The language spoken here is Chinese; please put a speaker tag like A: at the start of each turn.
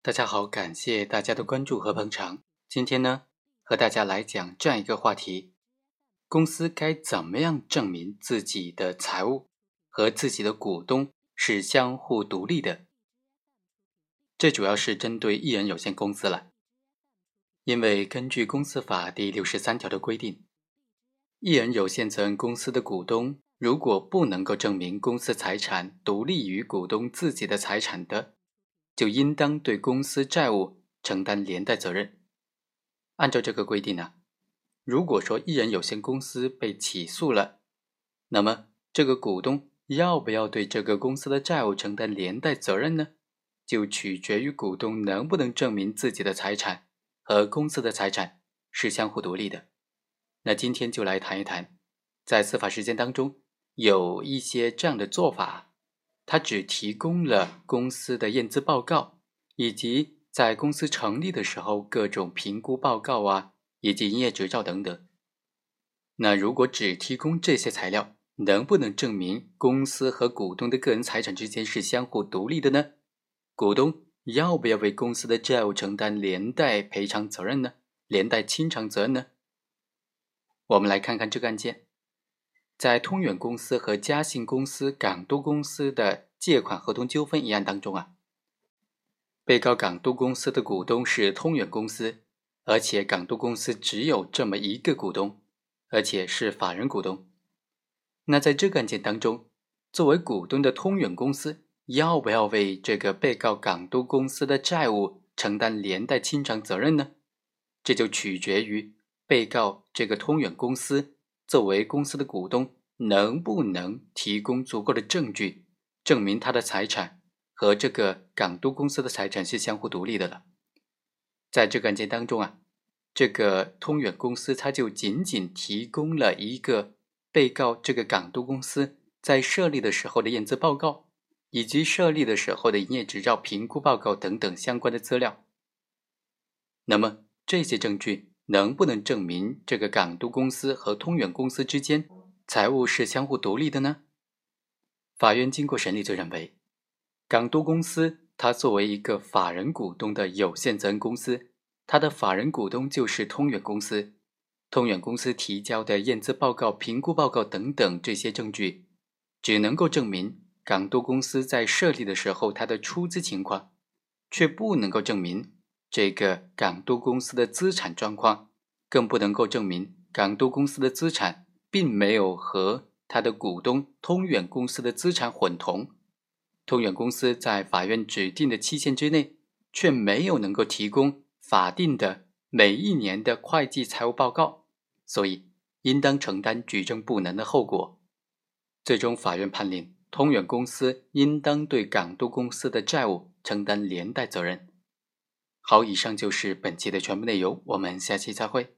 A: 大家好，感谢大家的关注和捧场。今天呢，和大家来讲这样一个话题：公司该怎么样证明自己的财务和自己的股东是相互独立的？这主要是针对艺人有限公司了，因为根据公司法第63条的规定，艺人有限责任公司的股东如果不能够证明公司财产独立于股东自己的财产的，就应当对公司债务承担连带责任。按照这个规定呢，如果说艺人有限公司被起诉了，那么这个股东要不要对这个公司的债务承担连带责任呢？就取决于股东能不能证明自己的财产和公司的财产是相互独立的。那今天就来谈一谈，在司法实践当中有一些这样的做法，它只提供了公司的验资报告，以及在公司成立的时候各种评估报告啊，以及营业执照等等。那如果只提供这些材料，能不能证明公司和股东的个人财产之间是相互独立的呢？股东要不要为公司的债务承担连带赔偿责任呢？连带清偿责任呢？我们来看看这个案件。在通远公司和嘉信公司、港都公司的借款合同纠纷一案当中啊，被告港都公司的股东是通远公司，而且港都公司只有这么一个股东，而且是法人股东。那在这个案件当中，作为股东的通远公司要不要为这个被告港都公司的债务承担连带清偿责任呢？这就取决于被告这个通远公司作为公司的股东能不能提供足够的证据，证明他的财产和这个港都公司的财产是相互独立的了。在这个案件当中啊，这个通远公司它就仅仅提供了一个被告这个港都公司在设立的时候的验资报告，以及设立的时候的营业执照评估报告等等相关的资料。那么这些证据能不能证明这个港都公司和通远公司之间财务是相互独立的呢？法院经过审理就认为，港都公司它作为一个法人股东的有限责任公司，它的法人股东就是通远公司，通远公司提交的验资报告、评估报告等等这些证据，只能够证明港都公司在设立的时候它的出资情况，却不能够证明这个港都公司的资产状况，更不能够证明港都公司的资产并没有和它的股东通远公司的资产混同。通远公司在法院指定的期限之内，却没有能够提供法定的每一年的会计财务报告，所以应当承担举证不能的后果。最终法院判令通远公司应当对港都公司的债务承担连带责任。好，以上就是本期的全部内容，我们下期再会。